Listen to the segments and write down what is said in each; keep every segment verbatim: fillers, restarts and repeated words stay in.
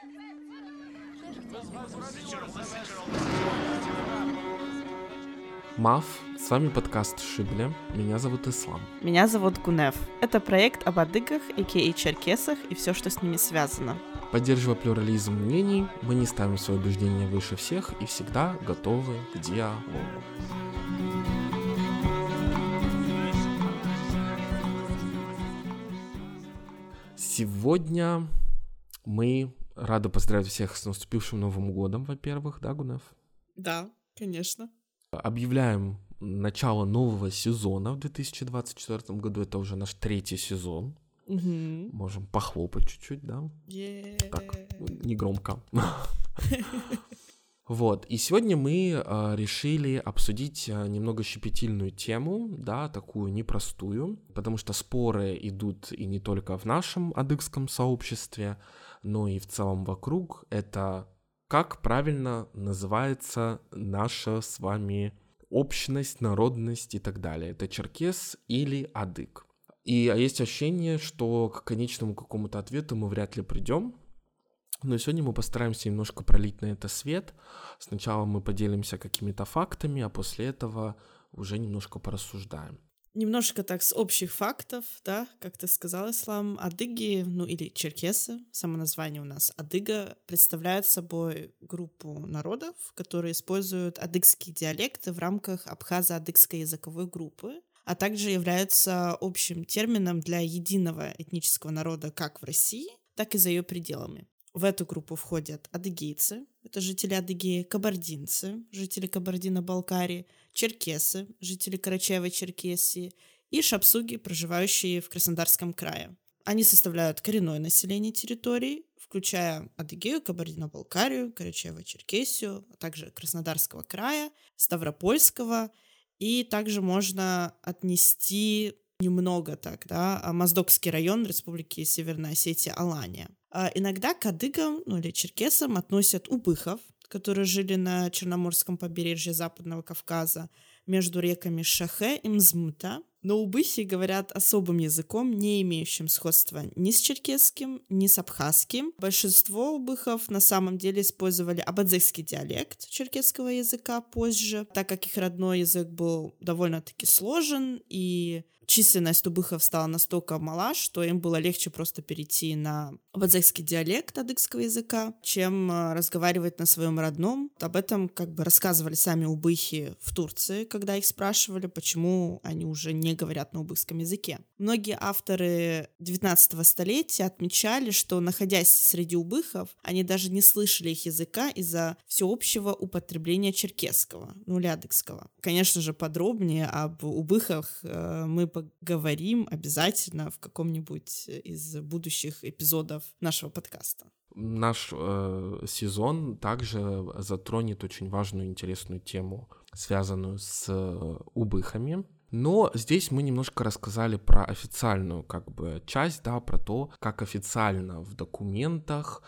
Маф, с вами подкаст Шибля, меня зовут Ислам. Меня зовут Гунев. Это проект об адыгах, а.к.а. черкесах и все, что с ними связано. Поддерживая плюрализм мнений, мы не ставим свои убеждения выше всех и всегда готовы к диалогу. Сегодня мы рады поздравить всех с наступившим Новым годом, во-первых, да, Гунев? Да, конечно. Объявляем начало нового сезона в две тысячи двадцать четвёртом году. Это уже наш третий сезон. Угу. Можем похлопать чуть-чуть, да? Yeah. Так, не громко. Вот, и сегодня мы э, решили обсудить э, немного щепетильную тему, да, такую непростую, потому что споры идут и не только в нашем адыгском сообществе, но и в целом вокруг. Это как правильно называется наша с вами общность, народность и так далее. Это черкес или адык. И есть ощущение, что к конечному какому-то ответу мы вряд ли придем. Но сегодня мы постараемся немножко пролить на это свет. Сначала мы поделимся какими-то фактами, а после этого уже немножко порассуждаем. Немножко так с общих фактов, да, как ты сказал, Ислам, адыги, ну или черкесы, само название у нас адыга, представляют собой группу народов, которые используют адыгские диалекты в рамках абхазо-адыгской языковой группы, а также являются общим термином для единого этнического народа как в России, так и за ее пределами. В эту группу входят адыгейцы, это жители Адыгеи, кабардинцы, жители Кабардино-Балкарии, черкесы, жители Карачаево-Черкесии и шапсуги, проживающие в Краснодарском крае. Они составляют коренное население территории, включая Адыгею, Кабардино-Балкарию, Карачаево-Черкесию, а также Краснодарского края, Ставропольского, и также можно отнести немного так, да, Моздокский район Республики Северная Осетия, Алания. А иногда к адыгам, ну или черкесам относят убыхов, которые жили на Черноморском побережье Западного Кавказа между реками Шахе и Мзмыта. Но убыхи говорят особым языком, не имеющим сходства ни с черкесским, ни с абхазским. Большинство убыхов на самом деле использовали абадзехский диалект черкесского языка позже, так как их родной язык был довольно-таки сложен, и численность убыхов стала настолько мала, что им было легче просто перейти на абадзехский диалект адыгского языка, чем разговаривать на своем родном. Об этом как бы рассказывали сами убыхи в Турции, когда их спрашивали, почему они уже не говорят на убыхском языке. Многие авторы девятнадцатого столетия отмечали, что, находясь среди убыхов, они даже не слышали их языка из-за всеобщего употребления черкесского, ну или адыгского. Конечно же, подробнее об убыхах э, мы поговорим обязательно в каком-нибудь из будущих эпизодов нашего подкаста. Наш э, сезон также затронет очень важную, интересную тему, связанную с э, убыхами. Но здесь мы немножко рассказали про официальную как бы часть, да, про то, как официально в документах,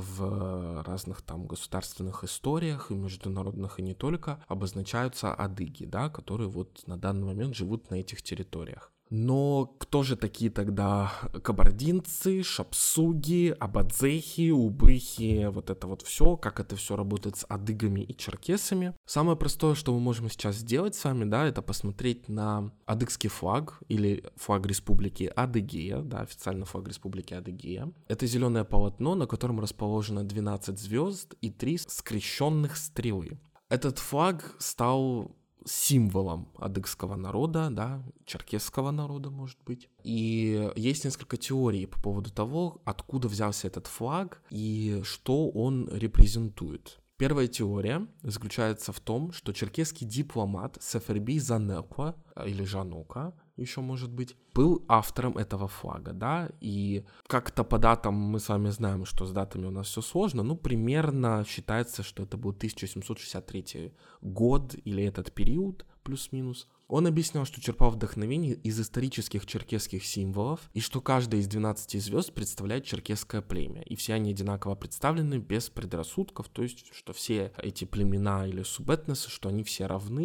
в разных там государственных историях и международных, и не только, обозначаются адыги, да, которые вот на данный момент живут на этих территориях. Но кто же такие тогда кабардинцы, шапсуги, абадзехи, убыхи, вот это вот все, как это все работает с адыгами и черкесами? Самое простое, что мы можем сейчас сделать с вами, да, это посмотреть на адыгский флаг или флаг республики Адыгея, да, официально флаг республики Адыгея. Это зеленое полотно, на котором расположено двенадцать звезд и три скрещенных стрелы. Этот флаг стал символом адыгского народа, да, черкесского народа, может быть. И есть несколько теорий по поводу того, откуда взялся этот флаг и что он репрезентует. Первая теория заключается в том, что черкесский дипломат Сефербий Занеква, или Жанока, еще может быть, был автором этого флага, да, и как-то по датам мы с вами знаем, что с датами у нас все сложно, ну, примерно считается, что это был тысяча семьсот шестьдесят третий год или этот период, плюс-минус. Он объяснял, что черпал вдохновение из исторических черкесских символов, и что каждая из двенадцати звезд представляет черкесское племя, и все они одинаково представлены без предрассудков, то есть, что все эти племена или субэтносы, что они все равны,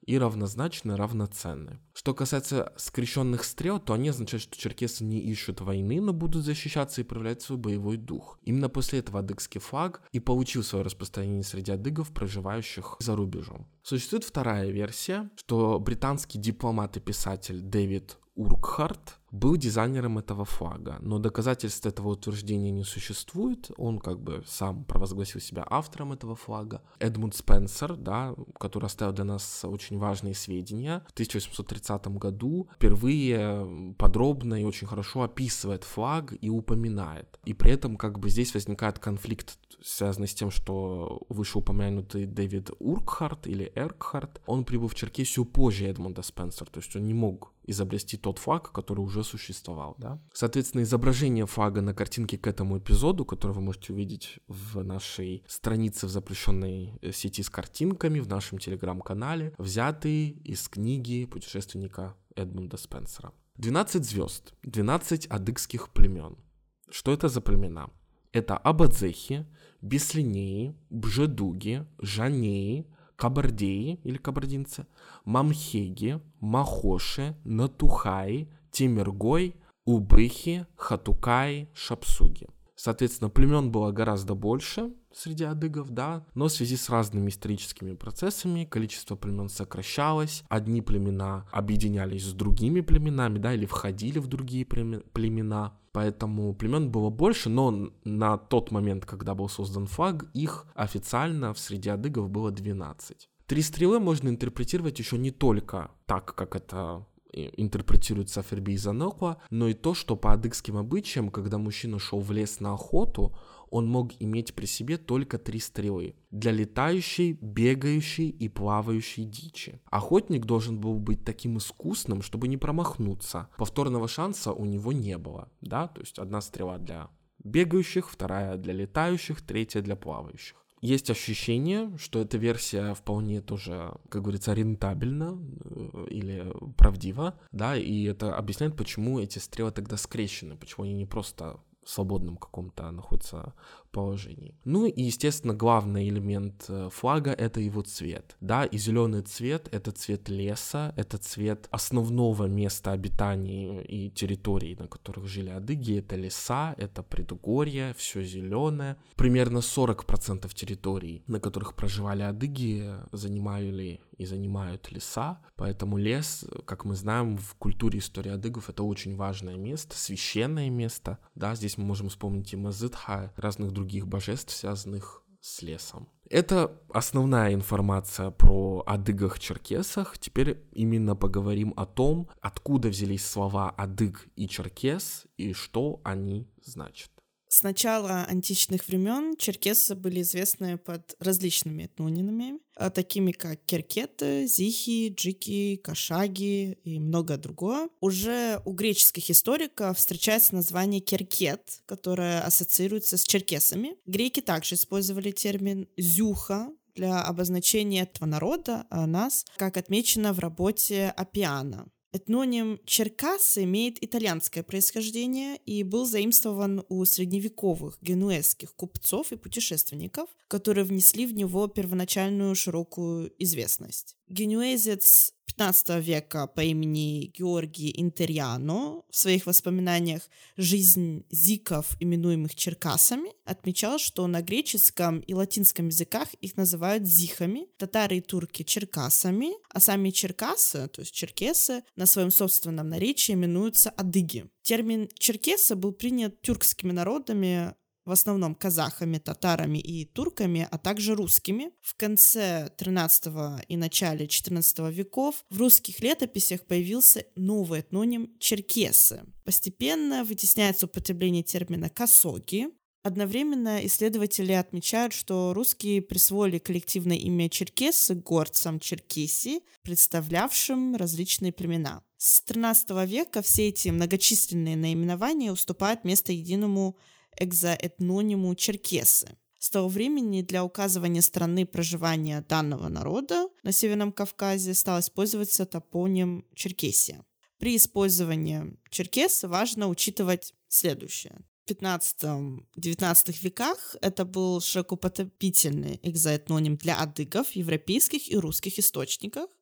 и равнозначны, равноценны. Что касается скрещенных стрел, то они означают, что черкесы не ищут войны, но будут защищаться и проявлять свой боевой дух. Именно после этого адыгский флаг и получил свое распространение среди адыгов, проживающих за рубежом. Существует вторая версия, что британский дипломат и писатель Дэвид Уркхарт был дизайнером этого флага, но доказательств этого утверждения не существует, он как бы сам провозгласил себя автором этого флага. Эдмунд Спенсер, да, который оставил для нас очень важные сведения, в тысяча восемьсот тридцатом году впервые подробно и очень хорошо описывает флаг и упоминает. И при этом как бы здесь возникает конфликт, связанный с тем, что вышеупомянутый Дэвид Уркхарт или Эркхарт, он прибыл в Черкесию позже Эдмунда Спенсера, то есть он не мог изобрести тот флаг, который уже существовал, да. Соответственно, изображение флага на картинке к этому эпизоду, который вы можете увидеть в нашей странице в запрещенной сети с картинками, в нашем телеграм-канале, взяты из книги путешественника Эдмунда Спенсера. двенадцать звезд, двенадцать адыгских племен. Что это за племена? Это абадзехи, беслинеи, бжедуги, жанеи, кабардеи или кабардинцы, мамхеги, махоши, натухаи, тимиргой, убыхи, хатукаи, шапсуги. Соответственно, племен было гораздо больше среди адыгов, да, но в связи с разными историческими процессами количество племен сокращалось, одни племена объединялись с другими племенами, да, или входили в другие племена, поэтому племен было больше, но на тот момент, когда был создан флаг, их официально в среди адыгов было двенадцать. Три стрелы можно интерпретировать еще не только так, как это интерпретируется Аферби и Занокла, но и то, что по адыгским обычаям, когда мужчина шел в лес на охоту, он мог иметь при себе только три стрелы для летающей, бегающей и плавающей дичи. Охотник должен был быть таким искусным, чтобы не промахнуться. Повторного шанса у него не было, да, то есть одна стрела для бегающих, вторая для летающих, третья для плавающих. Есть ощущение, что эта версия вполне тоже, как говорится, рентабельна или правдива, да, и это объясняет, почему эти стрелы тогда скрещены, почему они не просто в свободном каком-то находятся положении. Ну и, естественно, главный элемент флага — это его цвет, да, и зеленый цвет — это цвет леса, это цвет основного места обитания и территорий, на которых жили адыги, это леса, это предгорье, все зеленое. Примерно сорок процентов территорий, на которых проживали адыги, занимали и занимают леса, поэтому лес, как мы знаем, в культуре истории адыгов это очень важное место, священное место, да, здесь мы можем вспомнить и Мазытха, разных других божеств, связанных с лесом. Это основная информация про адыгах-черкесах. Теперь именно поговорим о том, откуда взялись слова адыг и черкес и что они значат. С начала античных времен черкесы были известны под различными этнонимами, такими как керкеты, зихи, джики, кашаги и многое другое. Уже у греческих историков встречается название керкет, которое ассоциируется с черкесами. Греки также использовали термин зюха для обозначения этого народа, а нас, как отмечено в работе Аппиана. Этноним Черкасы имеет итальянское происхождение и был заимствован у средневековых генуэзских купцов и путешественников, которые внесли в него первоначальную широкую известность. Генуэзец пятнадцатого века по имени Георгий Интериано в своих воспоминаниях «Жизнь зиков, именуемых черкасами», отмечал, что на греческом и латинском языках их называют зихами, татары и турки — черкасами, а сами черкасы, то есть черкесы, на своем собственном наречии именуются адыги. Термин «черкесы» был принят тюркскими народами, в основном казахами, татарами и турками, а также русскими. В конце тринадцатого и начале четырнадцатого веков в русских летописях появился новый этноним черкесы. Постепенно вытесняется употребление термина косоги. Одновременно исследователи отмечают, что русские присвоили коллективное имя черкесы горцам Черкесии, представлявшим различные племена. С тринадцатого века все эти многочисленные наименования уступают место единому экзоэтнониму черкесы. С того времени для указывания страны проживания данного народа на Северном Кавказе стал использоваться топоним Черкесия. При использовании черкесы важно учитывать следующее. В пятнадцатом-девятнадцатом веках это был широкоупотребительный экзоэтноним для адыгов в европейских и русских источниках.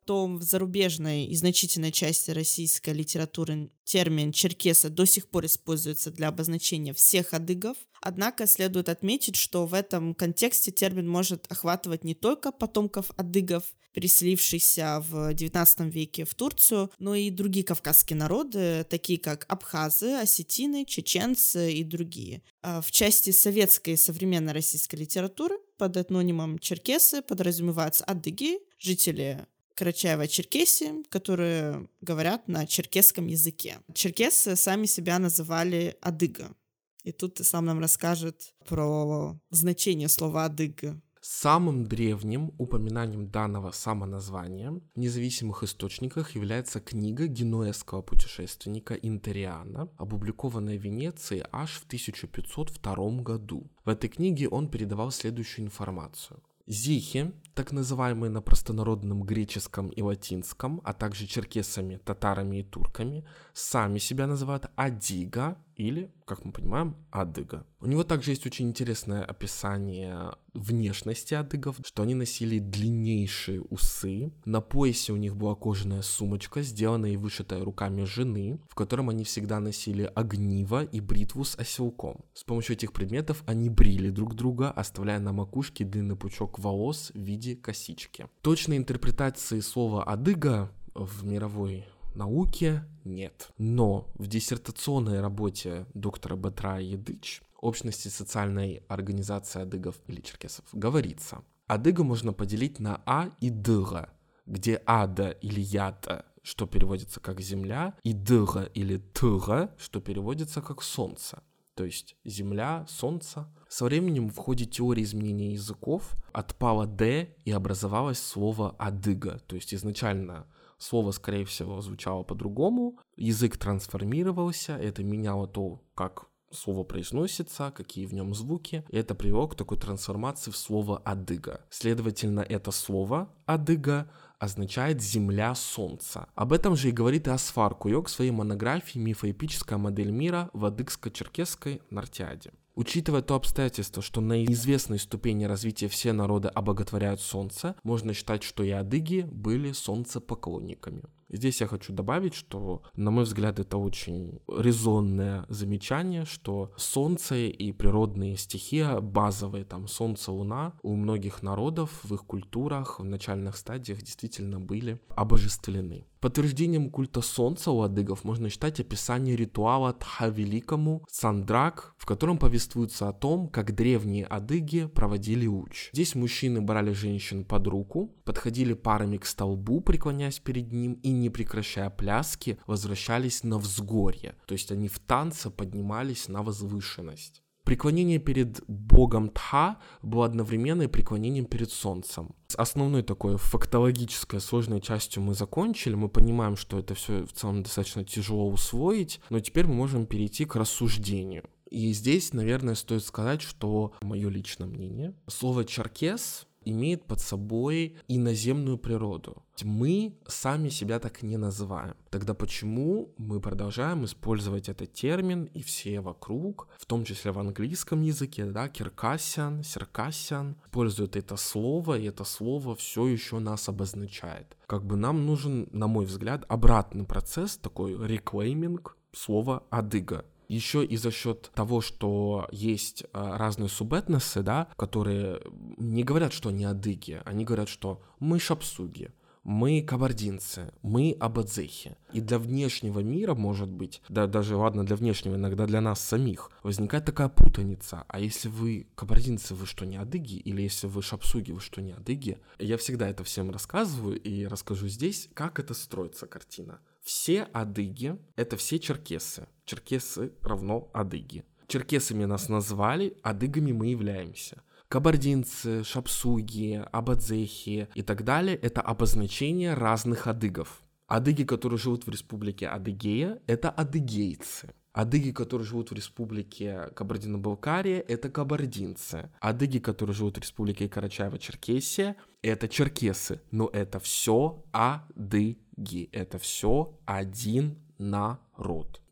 то в зарубежной и значительной части российской литературы термин «черкесы» до сих пор используется для обозначения всех адыгов. Однако следует отметить, что в этом контексте термин может охватывать не только потомков адыгов, переселившихся в девятнадцатом веке в Турцию, но и другие кавказские народы, такие как абхазы, осетины, чеченцы и другие. В части советской и современной российской литературы под этнонимом черкесы подразумеваются адыги, жители Карачаево-Черкесии, которые говорят на черкесском языке. Черкесы сами себя называли адыга. И тут Ислам нам расскажет про значение слова адыга. Самым древним упоминанием данного самоназвания в независимых источниках является книга генуэзского путешественника Интериана, опубликованная в Венеции аж в тысяча пятьсот втором году. В этой книге он передавал следующую информацию. Зихи, так называемые на простонародном греческом и латинском, а также черкесами, татарами и турками, сами себя называют адига или, как мы понимаем, адыга. У него также есть очень интересное описание внешности адыгов, что они носили длиннейшие усы, на поясе у них была кожаная сумочка, сделанная и вышитая руками жены, в котором они всегда носили огниво и бритву с оселком. С помощью этих предметов они брили друг друга, оставляя на макушке длинный пучок волос в виде косички. Точной интерпретации слова адыга в мировой науке нет. Но в диссертационной работе доктора Батрая Едыч «Общности социальной организации адыгов или черкесов» говорится: адыга можно поделить на а и дыга, где ада или ята, что переводится как земля, и дыга или тыга, что переводится как солнце. То есть земля, солнце. Со временем в ходе теории изменения языков отпало «д» и образовалось слово «адыга». То есть изначально слово, скорее всего, звучало по-другому, язык трансформировался, это меняло то, как слово произносится, какие в нем звуки, и это привело к такой трансформации в слово «адыга». Следовательно, это слово «адыга» означает «земля солнца». Об этом же и говорит и Асфар Куёк в своей монографии «Мифоэпическая модель мира в адыгско-черкесской Нартиаде». Учитывая то обстоятельство, что на известной ступени развития все народы обоготворяют солнце, можно считать, что и адыги были солнцепоклонниками. Здесь я хочу добавить, что, на мой взгляд, это очень резонное замечание, что солнце и природные стихии, базовые, там, солнце, луна, у многих народов в их культурах в начальных стадиях действительно были обожествлены. Подтверждением культа солнца у адыгов можно считать описание ритуала Тха Великому Сандрак, в котором повествуется о том, как древние адыги проводили уч. Здесь мужчины брали женщин под руку, подходили парами к столбу, преклоняясь перед ним, и, не прекращая пляски, возвращались на взгорье. То есть они в танце поднимались на возвышенность. Преклонение перед богом Тха было одновременно и преклонением перед солнцем. С основной такой фактологической сложной частью мы закончили, мы понимаем, что это все в целом достаточно тяжело усвоить, но теперь мы можем перейти к рассуждению. И здесь, наверное, стоит сказать, что, мое личное мнение, слово «черкес» имеет под собой иноземную природу. Мы сами себя так не называем. Тогда почему мы продолжаем использовать этот термин и все вокруг, в том числе в английском языке, да, киркасян, серкасян, используют это слово, и это слово все еще нас обозначает. Как бы нам нужен, на мой взгляд, обратный процесс, такой реклейминг слова адыга. Еще и за счет того, что есть а, разные субэтносы, да, которые не говорят, что они адыги, они говорят, что мы шапсуги, мы кабардинцы, мы абадзехи. И для внешнего мира, может быть, да, даже, ладно, для внешнего, иногда для нас самих, возникает такая путаница. А если вы кабардинцы, вы что, не адыги? Или если вы шапсуги, вы что, не адыги? Я всегда это всем рассказываю и расскажу здесь, как это строится картина. Все адыги — это все черкесы. Черкесы равно адыги. Черкесами нас назвали, адыгами мы являемся. Кабардинцы, шапсуги, абадзехи и так далее — это обозначения разных адыгов. Адыги, которые живут в республике Адыгея, это адыгейцы. Адыги, которые живут в республике Кабардино-Балкария, это кабардинцы. Адыги, которые живут в республике Карачаево-Черкесия, это черкесы. Но это все адыги. Это все один народ.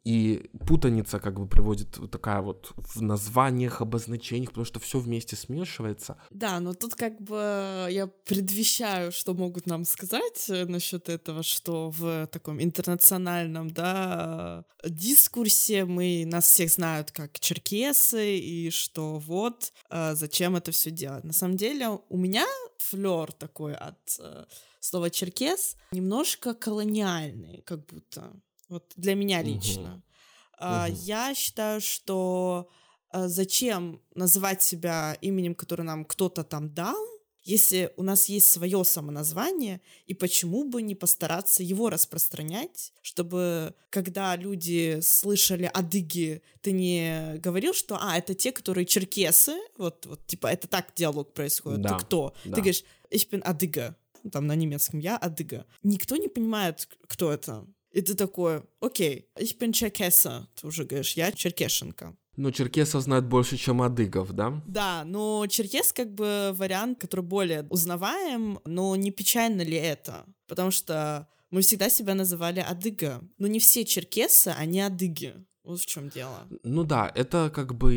И путаница как бы приводит вот такая вот в названиях, обозначениях, потому что все вместе смешивается. Да, но тут как бы я предвещаю, что могут нам сказать насчет этого, что в таком интернациональном, да, дискурсе мы, нас всех знают как черкесы, и что вот зачем это все делать. На самом деле у меня флёр такой от слова черкес немножко колониальный, как будто. Вот для меня лично. Угу. Uh, угу. Я считаю, что uh, зачем называть себя именем, которое нам кто-то там дал, если у нас есть свое самоназвание, и почему бы не постараться его распространять, чтобы когда люди слышали адыги, ты не говорил, что а, это те, которые черкесы, вот, вот типа это так диалог происходит, Да, ты кто? да. Ты говоришь, ich bin адыга, там на немецком, я адыга. Никто не понимает, кто это. И ты такой, окей, ich bin черкеса, ты уже говоришь, я черкешенка. Но черкесов знают больше, чем адыгов, да? Да, но черкес как бы вариант, который более узнаваем, но не печально ли это? Потому что мы всегда себя называли адыга, но не все черкесы, они адыги. Вот в чем дело. Ну да, это как бы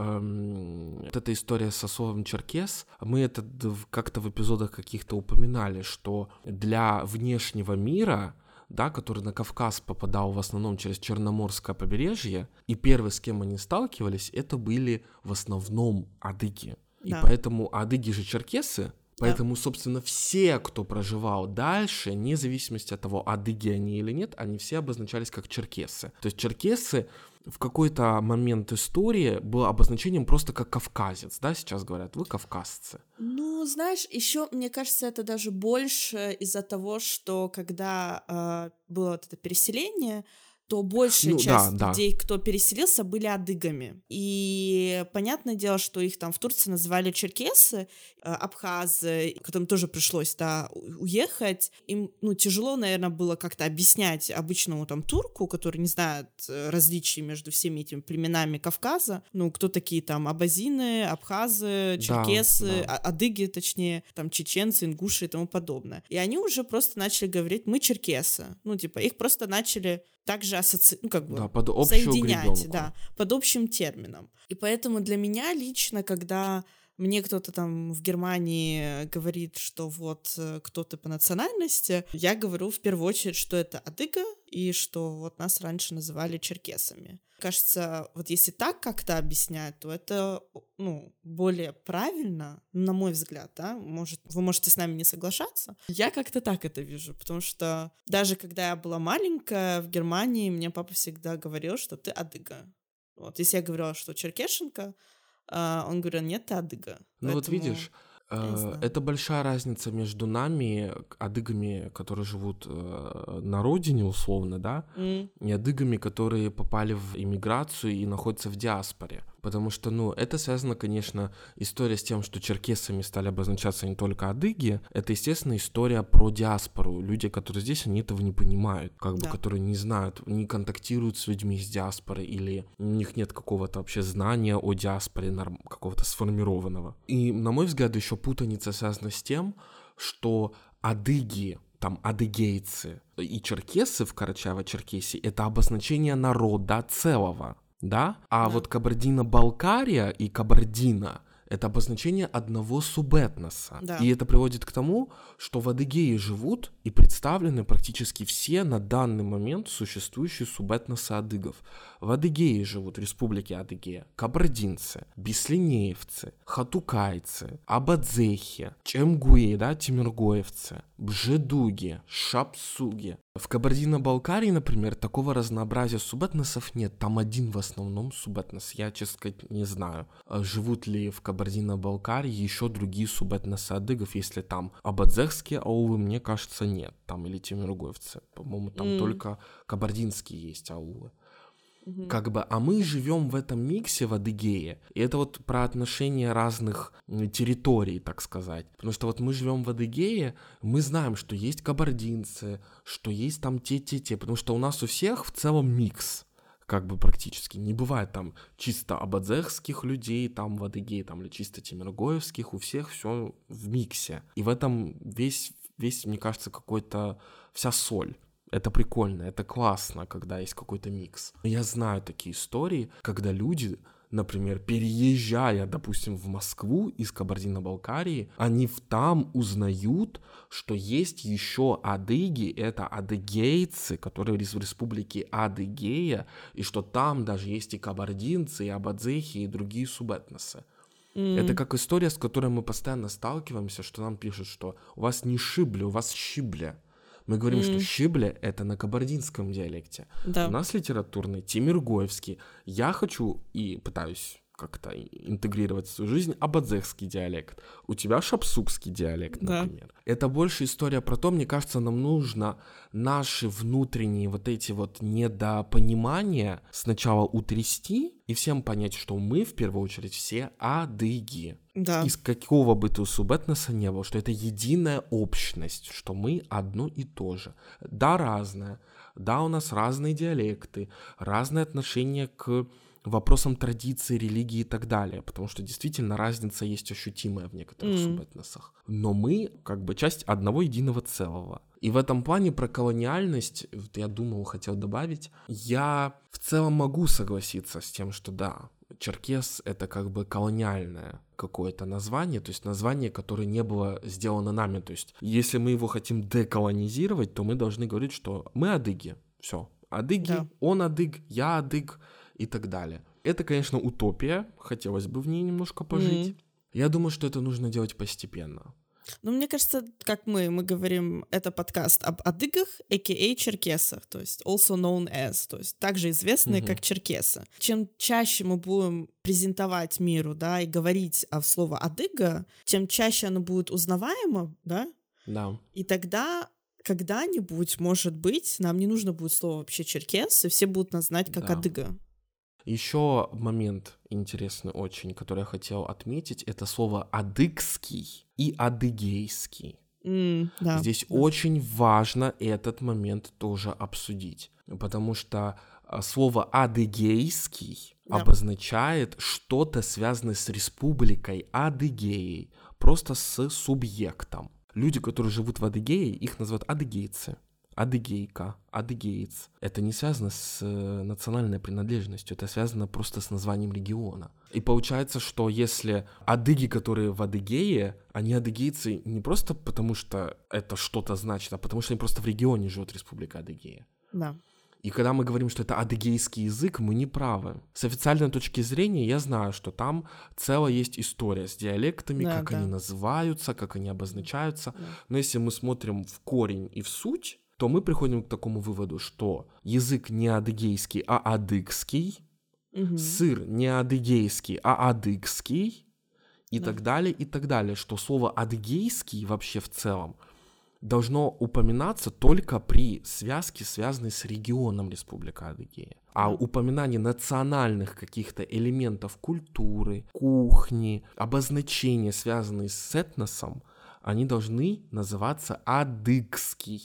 эм, вот эта история со словом черкес. Мы это как-то в эпизодах каких-то упоминали, что для внешнего мира, да, который на Кавказ попадал в основном через Черноморское побережье, и первые, с кем они сталкивались, это были в основном адыги. Да. И поэтому адыги же черкесы, поэтому, да. собственно, все, кто проживал дальше, вне зависимости от того, адыги они или нет, они все обозначались как черкесы. То есть черкесы в какой-то момент истории было обозначением просто как кавказец, да, сейчас говорят, вы кавказцы. Ну, знаешь, еще, мне кажется, это даже больше из-за того, что когда э, было вот это переселение, то большая ну, часть да, людей, да. кто переселился, были адыгами. И понятное дело, что их там в Турции называли черкесы, абхазы, которым тоже пришлось, да, уехать. Им, ну, тяжело, наверное, было как-то объяснять обычному там турку, который не знает различий между всеми этими племенами Кавказа, ну, кто такие там абазины, абхазы, черкесы, да, да. адыги, точнее, там чеченцы, ингуши и тому подобное. И они уже просто начали говорить, мы черкесы. Ну, типа, их просто начали также асоци... ну, как бы да, под соединять, гребенку. да, под общим термином. И поэтому для меня лично, когда мне кто-то там в Германии говорит, что вот кто-то по национальности, я говорю в первую очередь, что это адыга, и что вот нас раньше называли черкесами. Кажется, вот если так как-то объяснять, то это, ну, более правильно, на мой взгляд, да, может, вы можете с нами не соглашаться. Я как-то так это вижу, потому что даже когда я была маленькая в Германии, мне папа всегда говорил, что ты адыга. Вот, если я говорила, что черкешенка, он говорил, нет, ты адыга. Ну Поэтому... вот видишь, это большая разница между нами, адыгами, которые живут на родине, условно, да, mm. и адыгами, которые попали в иммиграцию и находятся в диаспоре. Потому что, ну, это связано, конечно, история с тем, что черкесами стали обозначаться не только адыги, это, естественно, история про диаспору. Люди, которые здесь, они этого не понимают, как бы, да. которые не знают, не контактируют с людьми из диаспоры, или у них нет какого-то вообще знания о диаспоре, какого-то сформированного. И, на мой взгляд, еще путаница связана с тем, что адыги, там, адыгейцы и черкесы в Карачаево-Черкесии — это обозначение народа целого. Да? А да. вот Кабардино-Балкария и Кабардино — это обозначение одного субэтноса. Да. И это приводит к тому, что в Адыгее живут и представлены практически все на данный момент существующие субэтносы адыгов. В Адыгее живут в республике Адыгея кабардинцы, бислинеевцы, хатукайцы, абадзехи, чемгуи, да, тимиргоевцы, бжедуги, шапсуги. В Кабардино-Балкарии, например, такого разнообразия субэтносов нет. Там один в основном субэтнос. Я, честно сказать, не знаю, живут ли в Кабардино-Балкарии еще другие субэтносы адыгов, если там абадзехские аулы, мне кажется, нет. Там или тимиргоевцы. По-моему, там mm. только кабардинские есть аулы. Mm-hmm. Как бы, а мы живем в этом миксе в Адыгее. И это вот про отношения разных территорий, так сказать. Потому что вот мы живем в Адыгее, мы знаем, что есть кабардинцы, что есть там те-те-те. Потому что у нас у всех в целом микс. Как бы практически. Не бывает там чисто абадзехских людей там в Адыгее, там, или чисто тимиргоевских. У всех все в миксе. И в этом весь, весь, мне кажется, какой-то вся соль Это прикольно, это классно, когда есть какой-то микс. Но я знаю такие истории, когда люди, например, переезжая, допустим, в Москву из Кабардино-Балкарии, они там узнают, что есть еще адыги, это адыгейцы, которые в республике Адыгея, и что там даже есть и кабардинцы, и абадзехи, и другие субэтносы. Mm. Это как история, с которой мы постоянно сталкиваемся, что нам пишут, что у вас не шибля, у вас щибля. Мы говорим, mm. что щибля — это на кабардинском диалекте. Да. У нас литературный тимиргоевский. Я хочу и пытаюсь как-то интегрировать в свою жизнь абадзехский диалект. У тебя шапсукский диалект, например. Да. Это больше история про то, мне кажется, нам нужно наши внутренние вот эти вот недопонимания сначала утрясти и всем понять, что мы, в первую очередь, все адыги. Да. Из какого бы ты субэтноса не был, что это единая общность, что мы одно и то же. Да, разное. Да, у нас разные диалекты, разное отношение к вопросам традиции, религии и так далее, потому что действительно разница есть ощутимая в некоторых mm. субэтносах. Но мы как бы часть одного единого целого. И в этом плане про колониальность, я думал, хотел добавить, я в целом могу согласиться с тем, что да, черкес — это как бы колониальное какое-то название, то есть название, которое не было сделано нами. То есть если мы его хотим деколонизировать, то мы должны говорить, что мы адыги. Все. Адыги, да. Он адыг, я адыг и так далее. Это, конечно, утопия, хотелось бы в ней немножко пожить. Mm. Я думаю, что это нужно делать постепенно. Ну, мне кажется, как мы, мы говорим, это подкаст об адыгах, а.к.а. черкесах, то есть also known as, то есть также известные mm-hmm. как черкесы. Чем чаще мы будем презентовать миру, да, и говорить о слове адыга, тем чаще оно будет узнаваемо, да? Да. И тогда когда-нибудь, может быть, нам не нужно будет слово вообще черкес, и все будут нас знать как да. адыга. Еще момент интересный очень, который я хотел отметить, это слово адыгский и адыгейский. Mm, да, Здесь да. очень важно этот момент тоже обсудить, потому что слово адыгейский да. обозначает что-то связанное с республикой Адыгеей, просто с субъектом. Люди, которые живут в Адыгее, их называют адыгейцы. Адыгейка, адыгеец. Это не связано с национальной принадлежностью, это связано просто с названием региона. И получается, что если адыги, которые в Адыгее, они адыгейцы не просто потому, что это что-то значит, а потому что они просто в регионе живут, Республика Адыгея. Да. И когда мы говорим, что это адыгейский язык, мы не правы. С официальной точки зрения я знаю, что там целая есть история с диалектами, да, как да. они называются, как они обозначаются. Да. Но если мы смотрим в корень и в суть, то мы приходим к такому выводу, что язык не адыгейский, а адыгский, угу. сыр не адыгейский, а адыгский, и да. так далее, и так далее. Что слово адыгейский вообще в целом должно упоминаться только при связке, связанной с регионом Республика Адыгея. А да. упоминание национальных каких-то элементов культуры, кухни, обозначения, связанные с этносом, они должны называться адыгский,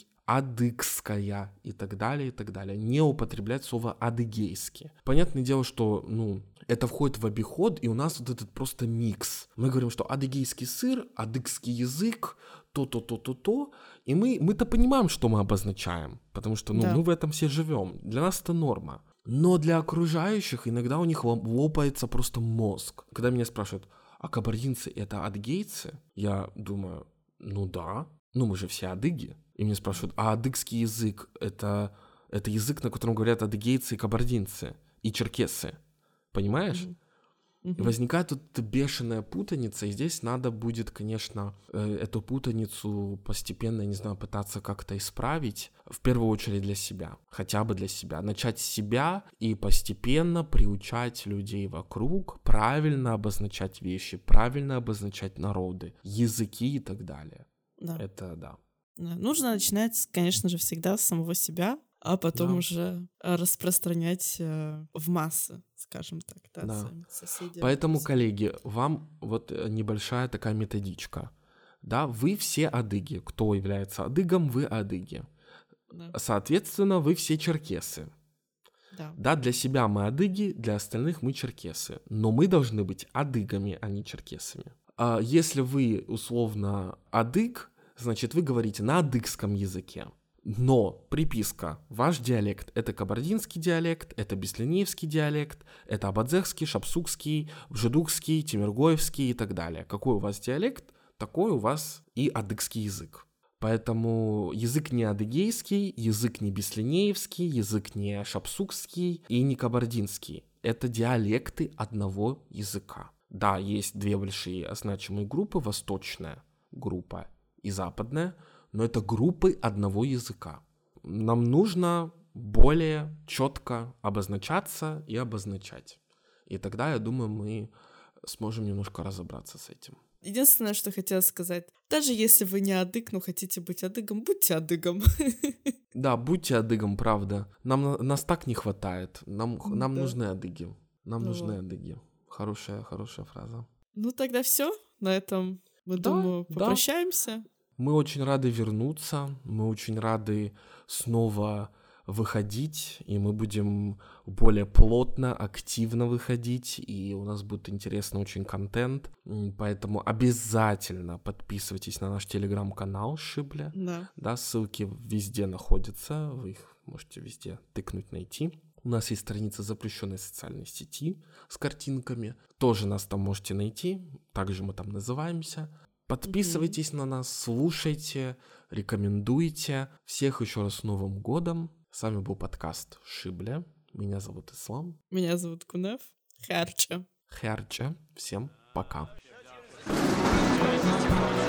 адыгская и так далее, и так далее. Не употреблять слово адыгейский. Понятное дело, что, ну, это входит в обиход, и у нас вот этот просто микс. Мы говорим, что адыгейский сыр, адыгский язык, то-то, то-то, то, и мы, мы-то понимаем, что мы обозначаем, потому что, ну, да. мы в этом все живем. Для нас это норма. Но для окружающих иногда у них лопается просто мозг. Когда меня спрашивают, а кабардинцы — это адыгейцы? Я думаю, ну да, ну мы же все адыги. И меня спрашивают, а адыгский язык — это, это язык, на котором говорят адыгейцы и кабардинцы, и черкесы. Понимаешь? Mm-hmm. Mm-hmm. И возникает тут бешеная путаница, и здесь надо будет, конечно, эту путаницу постепенно, я не знаю, пытаться как-то исправить, в первую очередь для себя, хотя бы для себя. Начать с себя и постепенно приучать людей вокруг, правильно обозначать вещи, правильно обозначать народы, языки и так далее. Да. Это да. Нужно начинать, конечно же, всегда с самого себя, а потом да. уже распространять э, в массы, скажем так, да, да. своим соседям. Поэтому, коллеги, вам вот небольшая такая методичка. Да, вы все адыги. Кто является адыгом, вы адыги. Да. Соответственно, вы все черкесы. Да. да, для себя мы адыги, для остальных мы черкесы. Но мы должны быть адыгами, а не черкесами. А если вы, условно, адыг, значит, вы говорите на адыгском языке. Но приписка. Ваш диалект — это кабардинский диалект, это беслинеевский диалект, это абадзехский, шапсукский, бжедукский, тимиргоевский и так далее. Какой у вас диалект, такой у вас и адыгский язык. Поэтому язык не адыгейский, язык не беслинеевский, язык не шапсукский и не кабардинский. Это диалекты одного языка. Да, есть две большие значимые группы, восточная группа и западная, но это группы одного языка. Нам нужно более четко обозначаться и обозначать. И тогда, я думаю, мы сможем немножко разобраться с этим. Единственное, что хотела сказать, даже если вы не адык, но хотите быть адыгом, будьте адыгом. Да, будьте адыгом, правда. Нам, нас так не хватает. Нам, нам Да. нужны адыги. Нам Ну нужны вот. адыги. Хорошая, хорошая фраза. Ну тогда все. На этом, мы, Да, думаю, да. попрощаемся. Мы очень рады вернуться, мы очень рады снова выходить, и мы будем более плотно, активно выходить, и у нас будет интересный очень контент, М, поэтому обязательно подписывайтесь на наш телеграм-канал Шибля, Да. да, ссылки везде находятся, вы их можете везде тыкнуть, найти. У нас есть страница запрещенной социальной сети с картинками, тоже нас там можете найти, также мы там называемся. Подписывайтесь на нас, слушайте, рекомендуйте. Всех еще раз с Новым годом. С вами был подкаст Шибля. Меня зовут Ислам. Меня зовут Кунеф. Харча. Херча. Всем пока.